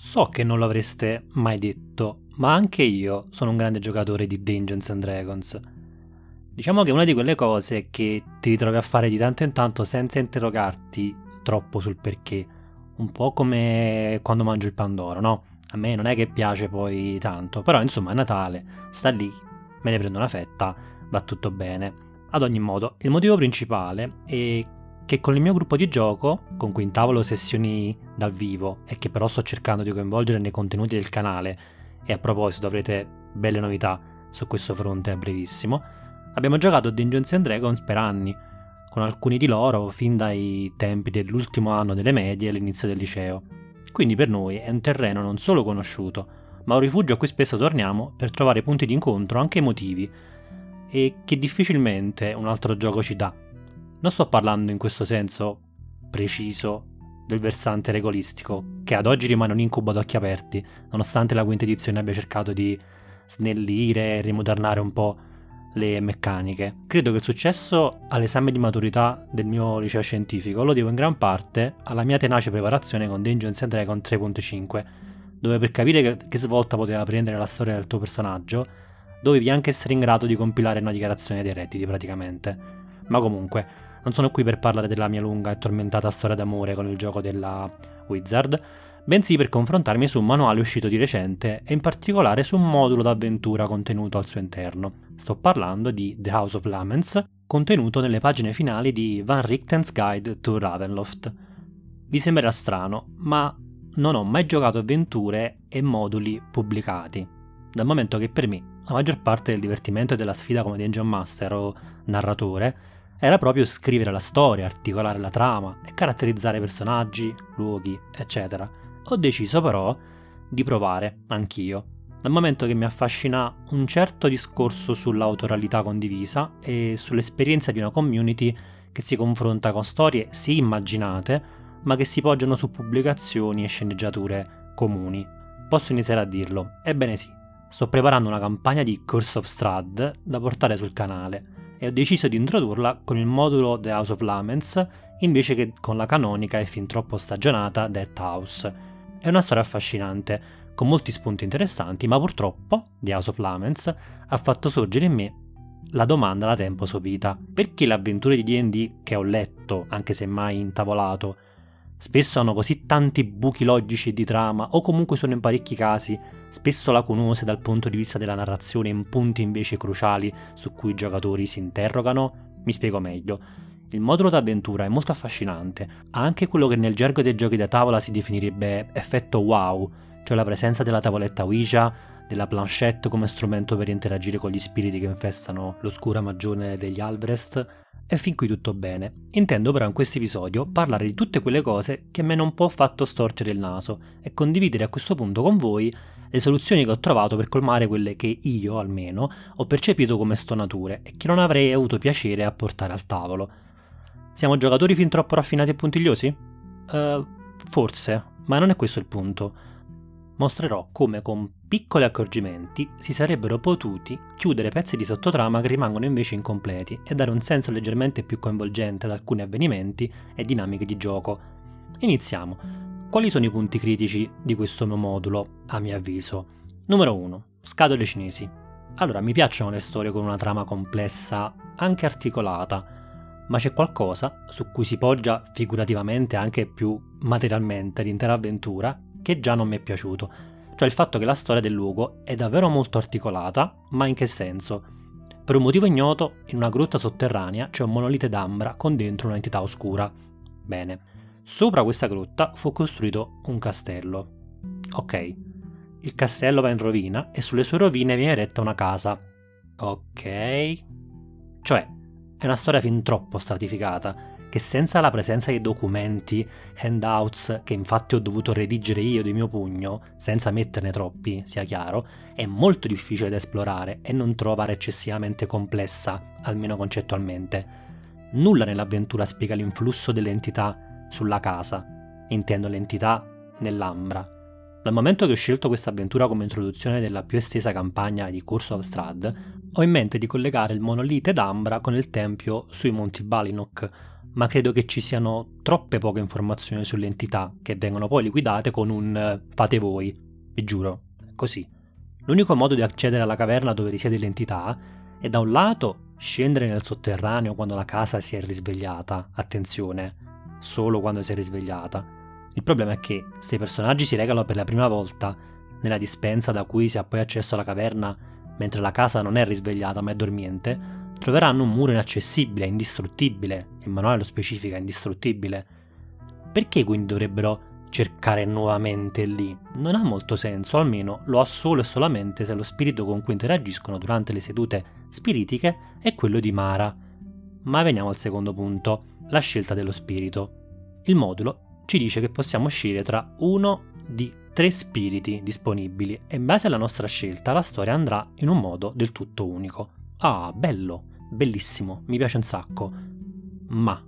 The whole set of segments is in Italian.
So che non l'avreste mai detto, ma anche io sono un grande giocatore di Dungeons and Dragons. Diciamo che è una di quelle cose che ti ritrovi a fare di tanto in tanto senza interrogarti troppo sul perché. Un po' come quando mangio il pandoro, no? A me non è che piace poi tanto, però insomma è Natale, sta lì, me ne prendo una fetta, va tutto bene. Ad ogni modo, il motivo principale è che con il mio gruppo di gioco, con cui intavolo sessioni dal vivo e che però sto cercando di coinvolgere nei contenuti del canale, e a proposito avrete belle novità su questo fronte a brevissimo, abbiamo giocato a Dungeons and Dragons per anni, con alcuni di loro fin dai tempi dell'ultimo anno delle medie e all'inizio del liceo. Quindi per noi è un terreno non solo conosciuto, ma un rifugio a cui spesso torniamo per trovare punti di incontro anche emotivi, e che difficilmente un altro gioco ci dà. Non sto parlando in questo senso preciso del versante regolistico, che ad oggi rimane un incubo ad occhi aperti, nonostante la quinta edizione abbia cercato di snellire e rimodernare un po' le meccaniche. Credo che il successo all'esame di maturità del mio liceo scientifico lo devo in gran parte alla mia tenace preparazione con Dungeons and Dragons 3.5, dove per capire che svolta poteva prendere la storia del tuo personaggio, dovevi anche essere in grado di compilare una dichiarazione dei redditi praticamente. Ma comunque, non sono qui per parlare della mia lunga e tormentata storia d'amore con il gioco della Wizard, bensì per confrontarmi su un manuale uscito di recente e in particolare su un modulo d'avventura contenuto al suo interno. Sto parlando di The House of Laments, contenuto nelle pagine finali di Van Richten's Guide to Ravenloft. Vi sembrerà strano, ma non ho mai giocato avventure e moduli pubblicati, dal momento che per me la maggior parte del divertimento e della sfida come Dungeon Master o narratore era proprio scrivere la storia, articolare la trama e caratterizzare personaggi, luoghi, eccetera. Ho deciso però di provare anch'io, dal momento che mi affascina un certo discorso sull'autoralità condivisa e sull'esperienza di una community che si confronta con storie sì immaginate, ma che si poggiano su pubblicazioni e sceneggiature comuni. Posso iniziare a dirlo? Ebbene sì, sto preparando una campagna di Curse of Strahd da portare sul canale e ho deciso di introdurla con il modulo The House of Laments invece che con la canonica e fin troppo stagionata Death House. È una storia affascinante, con molti spunti interessanti, ma purtroppo The House of Laments ha fatto sorgere in me la domanda da tempo sopita: perché le avventure di D&D che ho letto, anche se mai intavolato, spesso hanno così tanti buchi logici di trama, o comunque sono in parecchi casi spesso lacunose dal punto di vista della narrazione in punti invece cruciali su cui i giocatori si interrogano? Mi spiego meglio. Il modulo d'avventura è molto affascinante, ha anche quello che nel gergo dei giochi da tavola si definirebbe effetto wow, cioè la presenza della tavoletta Ouija, della planchette come strumento per interagire con gli spiriti che infestano l'oscura magione degli Albrest. E fin qui tutto bene. Intendo però in questo episodio parlare di tutte quelle cose che a me non può fatto storcere il naso e condividere a questo punto con voi le soluzioni che ho trovato per colmare quelle che io, almeno, ho percepito come stonature e che non avrei avuto piacere a portare al tavolo. Siamo giocatori fin troppo raffinati e puntigliosi? Forse, ma non è questo il punto. Mostrerò come con piccoli accorgimenti si sarebbero potuti chiudere pezzi di sottotrama che rimangono invece incompleti e dare un senso leggermente più coinvolgente ad alcuni avvenimenti e dinamiche di gioco. Iniziamo. Quali sono i punti critici di questo mio modulo, a mio avviso? Numero 1. Scatole cinesi. Allora, mi piacciono le storie con una trama complessa, anche articolata, ma c'è qualcosa su cui si poggia figurativamente anche più materialmente l'intera avventura che già non mi è piaciuto, cioè il fatto che la storia del luogo è davvero molto articolata, ma in che senso? Per un motivo ignoto, in una grotta sotterranea c'è un monolite d'ambra con dentro un'entità oscura. Bene, sopra questa grotta fu costruito un castello. Ok, il castello va in rovina e sulle sue rovine viene eretta una casa. Ok, cioè è una storia fin troppo stratificata, che senza la presenza di documenti, handouts, che infatti ho dovuto redigere io di mio pugno, senza metterne troppi, sia chiaro, è molto difficile da esplorare e non trovare eccessivamente complessa, almeno concettualmente. Nulla nell'avventura spiega l'influsso delle entità sulla casa, intendo l'entità nell'ambra. Dal momento che ho scelto questa avventura come introduzione della più estesa campagna di Curse of Strahd, ho in mente di collegare il monolite d'ambra con il tempio sui monti Balinok, ma credo che ci siano troppe poche informazioni sulle entità che vengono poi liquidate con un fate voi, vi giuro, così. L'unico modo di accedere alla caverna dove risiede l'entità è da un lato scendere nel sotterraneo quando la casa si è risvegliata, attenzione, solo quando si è risvegliata. Il problema è che se i personaggi si recano per la prima volta nella dispensa da cui si ha poi accesso alla caverna mentre la casa non è risvegliata ma è dormiente, troveranno un muro inaccessibile, indistruttibile, il manuale lo specifica, indistruttibile. Perché quindi dovrebbero cercare nuovamente lì? Non ha molto senso, almeno lo ha solo e solamente se lo spirito con cui interagiscono durante le sedute spiritiche è quello di Mara. Ma veniamo al secondo punto, la scelta dello spirito. Il modulo ci dice che possiamo scegliere tra uno di 3 spiriti disponibili e in base alla nostra scelta la storia andrà in un modo del tutto unico. Ah, bello, bellissimo, mi piace un sacco. Ma,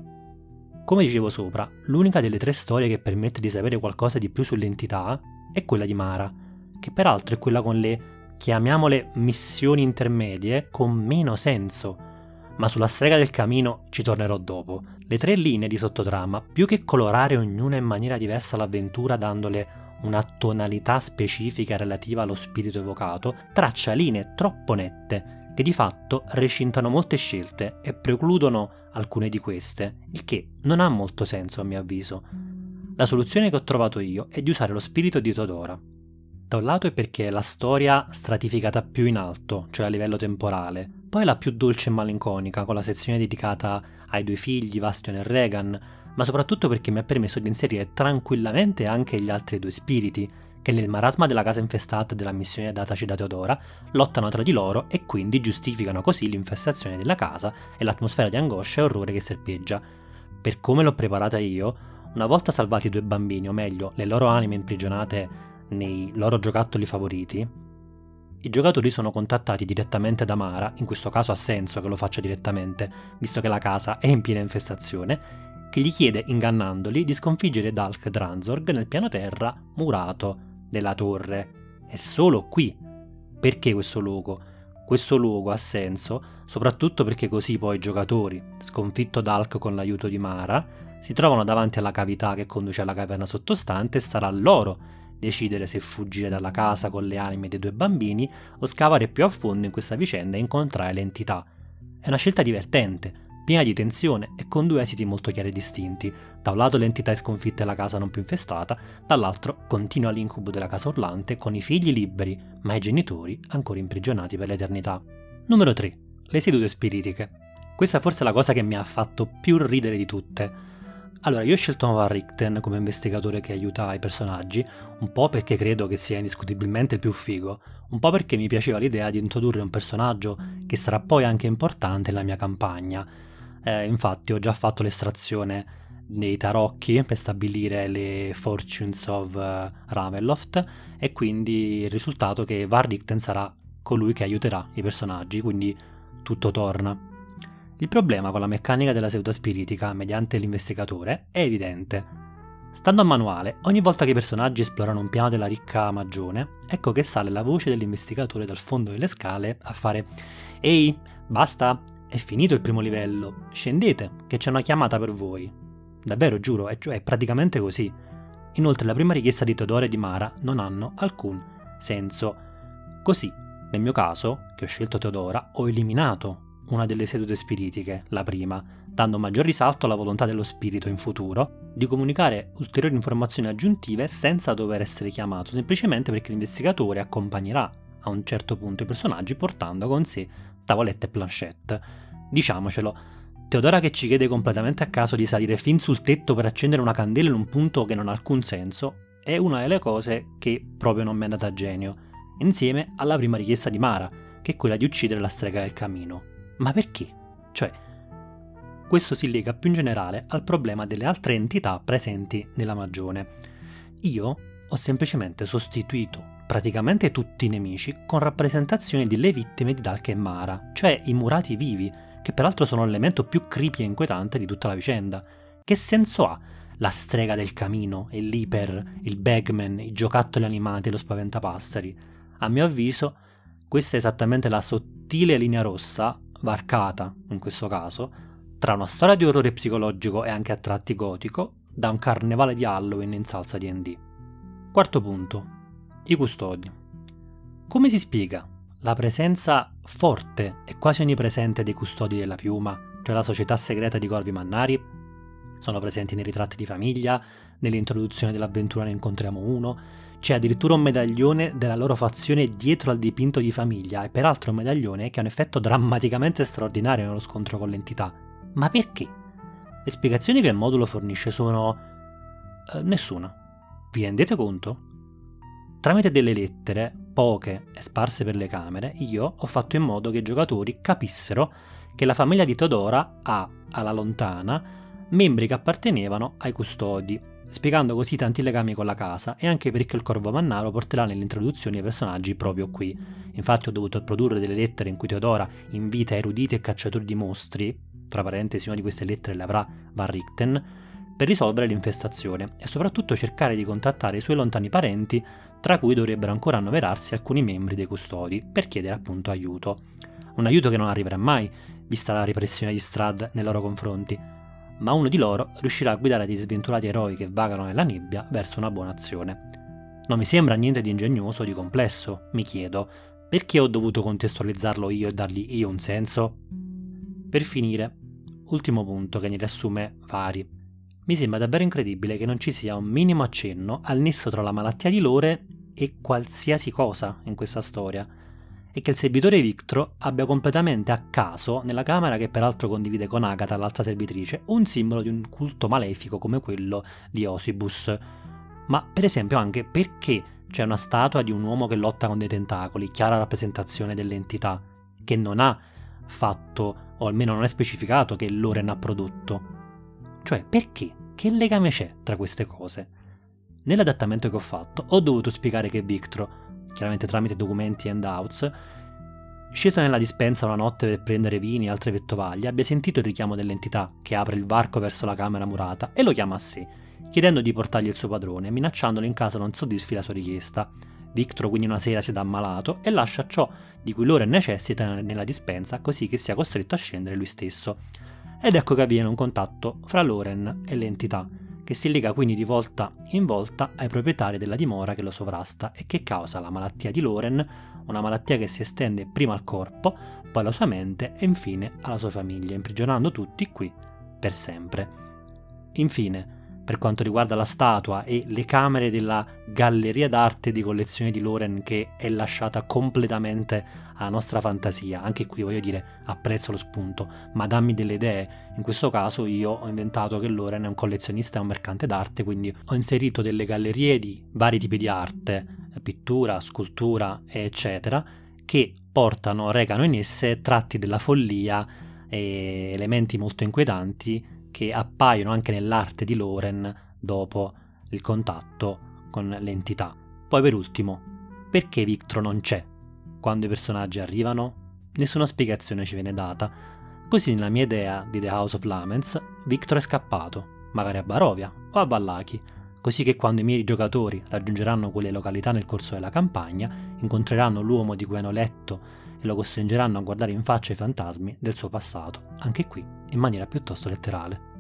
come dicevo sopra, l'unica delle 3 storie che permette di sapere qualcosa di più sull'entità è quella di Mara, che peraltro è quella con le, chiamiamole, missioni intermedie con meno senso. Ma sulla strega del camino ci tornerò dopo. Le 3 linee di sottotrama, più che colorare ognuna in maniera diversa l'avventura dandole una tonalità specifica relativa allo spirito evocato, traccia linee troppo nette che di fatto recintano molte scelte e precludono alcune di queste, il che non ha molto senso a mio avviso. La soluzione che ho trovato io è di usare lo spirito di Teodora. Da un lato è perché è la storia stratificata più in alto, cioè a livello temporale, poi la più dolce e malinconica, con la sezione dedicata ai 2 figli, Vastion e Regan, ma soprattutto perché mi ha permesso di inserire tranquillamente anche gli altri 2 spiriti, che nel marasma della casa infestata e della missione dataci da Teodora lottano tra di loro e quindi giustificano così l'infestazione della casa e l'atmosfera di angoscia e orrore che serpeggia. Per come l'ho preparata io, una volta salvati i 2 bambini, o meglio, le loro anime imprigionate nei loro giocattoli favoriti, i giocatori sono contattati direttamente da Mara, in questo caso ha senso che lo faccia direttamente, visto che la casa è in piena infestazione, che gli chiede, ingannandoli, di sconfiggere Dulk Dranzorg nel piano terra murato della torre. È solo qui. Perché questo luogo? Questo luogo ha senso soprattutto perché così poi i giocatori, sconfitto Dulk con l'aiuto di Mara, si trovano davanti alla cavità che conduce alla caverna sottostante e sarà loro decidere se fuggire dalla casa con le anime dei 2 bambini o scavare più a fondo in questa vicenda e incontrare l'entità. È una scelta divertente, piena di tensione e con 2 esiti molto chiari e distinti. Da un lato l'entità è sconfitta e la casa non più infestata, dall'altro continua l'incubo della casa urlante con i figli liberi, ma i genitori ancora imprigionati per l'eternità. Numero 3. Le sedute spiritiche. Questa è forse la cosa che mi ha fatto più ridere di tutte. Allora, io ho scelto Van Richten come investigatore che aiuta i personaggi, un po' perché credo che sia indiscutibilmente il più figo, un po' perché mi piaceva l'idea di introdurre un personaggio che sarà poi anche importante nella mia campagna. Infatti ho già fatto l'estrazione dei tarocchi per stabilire le Fortunes of Ravenloft e quindi il risultato è che Van Richten sarà colui che aiuterà i personaggi, quindi tutto torna. Il problema con la meccanica della seduta spiritica mediante l'investigatore è evidente. Stando a manuale, ogni volta che i personaggi esplorano un piano della ricca magione, ecco che sale la voce dell'investigatore dal fondo delle scale a fare «Ehi, basta, è finito il primo livello, scendete, che c'è una chiamata per voi». Davvero, giuro, è praticamente così. Inoltre la prima richiesta di Teodora e di Mara non hanno alcun senso. Così, nel mio caso, che ho scelto Teodora, ho eliminato una delle sedute spiritiche, la prima, dando maggior risalto alla volontà dello spirito in futuro di comunicare ulteriori informazioni aggiuntive senza dover essere chiamato, semplicemente perché l'investigatore accompagnerà a un certo punto i personaggi portando con sé tavolette e planchette. Diciamocelo, Teodora che ci chiede completamente a caso di salire fin sul tetto per accendere una candela in un punto che non ha alcun senso è una delle cose che proprio non mi è andata a genio, insieme alla prima richiesta di Mara, che è quella di uccidere la strega del camino. Ma perché? Cioè, questo si lega più in generale al problema delle altre entità presenti nella magione. Io ho semplicemente sostituito praticamente tutti i nemici con rappresentazioni delle vittime di Dulk e Mara, cioè i murati vivi, che peraltro sono l'elemento più creepy e inquietante di tutta la vicenda. Che senso ha la strega del camino, il Leaper, il Bagman, i giocattoli animati e lo spaventapasseri? A mio avviso, questa è esattamente la sottile linea rossa, varcata in questo caso, tra una storia di orrore psicologico e anche a tratti gotico, da un carnevale di Halloween in salsa D&D. Quarto punto, i custodi. Come si spiega la presenza forte e quasi onnipresente dei custodi della piuma, cioè la società segreta di Corvi Mannari? Sono presenti nei ritratti di famiglia, nell'introduzione dell'avventura ne incontriamo uno, c'è addirittura un medaglione della loro fazione dietro al dipinto di famiglia, e peraltro un medaglione che ha un effetto drammaticamente straordinario nello scontro con l'entità. Ma perché? Le spiegazioni che il modulo fornisce sono... nessuna. Vi rendete conto? Tramite delle lettere, poche e sparse per le camere, io ho fatto in modo che i giocatori capissero che la famiglia di Teodora ha, alla lontana, membri che appartenevano ai custodi, spiegando così tanti legami con la casa e anche perché il Corvo Mannaro porterà nell'introduzione i personaggi proprio qui. Infatti ho dovuto produrre delle lettere in cui Teodora invita eruditi e cacciatori di mostri, tra parentesi una di queste lettere l'avrà Van Richten, per risolvere l'infestazione e soprattutto cercare di contattare i suoi lontani parenti, tra cui dovrebbero ancora annoverarsi alcuni membri dei custodi, per chiedere appunto aiuto. Un aiuto che non arriverà mai, vista la repressione di Strahd nei loro confronti, ma uno di loro riuscirà a guidare degli sventurati eroi che vagano nella nebbia verso una buona azione. Non mi sembra niente di ingegnoso o di complesso, mi chiedo, perché ho dovuto contestualizzarlo io e dargli io un senso? Per finire, ultimo punto che ne riassume vari. Mi sembra davvero incredibile che non ci sia un minimo accenno al nesso tra la malattia di Loren e qualsiasi cosa in questa storia, e che il servitore Victro abbia completamente a caso, nella camera che peraltro condivide con Agatha, l'altra servitrice, un simbolo di un culto malefico come quello di Osibus. Ma per esempio anche perché c'è una statua di un uomo che lotta con dei tentacoli, chiara rappresentazione dell'entità, che non ha fatto, o almeno non è specificato, che Loren ha prodotto. Cioè, perché? Che legame c'è tra queste cose? Nell'adattamento che ho fatto ho dovuto spiegare che Victro, chiaramente tramite documenti e handouts, sceso nella dispensa una notte per prendere vini e altre vettovaglie, abbia sentito il richiamo dell'entità che apre il varco verso la camera murata e lo chiama a sé, chiedendo di portargli il suo padrone, minacciandolo in caso non soddisfi la sua richiesta. Victro quindi una sera si dà ammalato e lascia ciò di cui Loren necessita nella dispensa, così che sia costretto a scendere lui stesso. Ed ecco che avviene un contatto fra Loren e l'entità, che si lega quindi di volta in volta ai proprietari della dimora che lo sovrasta e che causa la malattia di Loren, una malattia che si estende prima al corpo, poi alla sua mente e infine alla sua famiglia, imprigionando tutti qui per sempre. Infine, per quanto riguarda la statua e le camere della galleria d'arte di collezione di Loren, che è lasciata completamente alla nostra fantasia, anche qui voglio dire apprezzo lo spunto, ma dammi delle idee. In questo caso io ho inventato che Loren è un collezionista e un mercante d'arte, quindi ho inserito delle gallerie di vari tipi di arte, pittura, scultura eccetera, che recano in esse tratti della follia e elementi molto inquietanti che appaiono anche nell'arte di Loren dopo il contatto con l'entità. Poi per ultimo, perché Victro non c'è quando i personaggi arrivano? Nessuna spiegazione ci viene data. Così nella mia idea di The House of Laments, Victro è scappato, magari a Barovia o a Vallaki, così che quando i miei giocatori raggiungeranno quelle località nel corso della campagna, incontreranno l'uomo di cui hanno letto e lo costringeranno a guardare in faccia i fantasmi del suo passato, anche qui in maniera piuttosto letterale.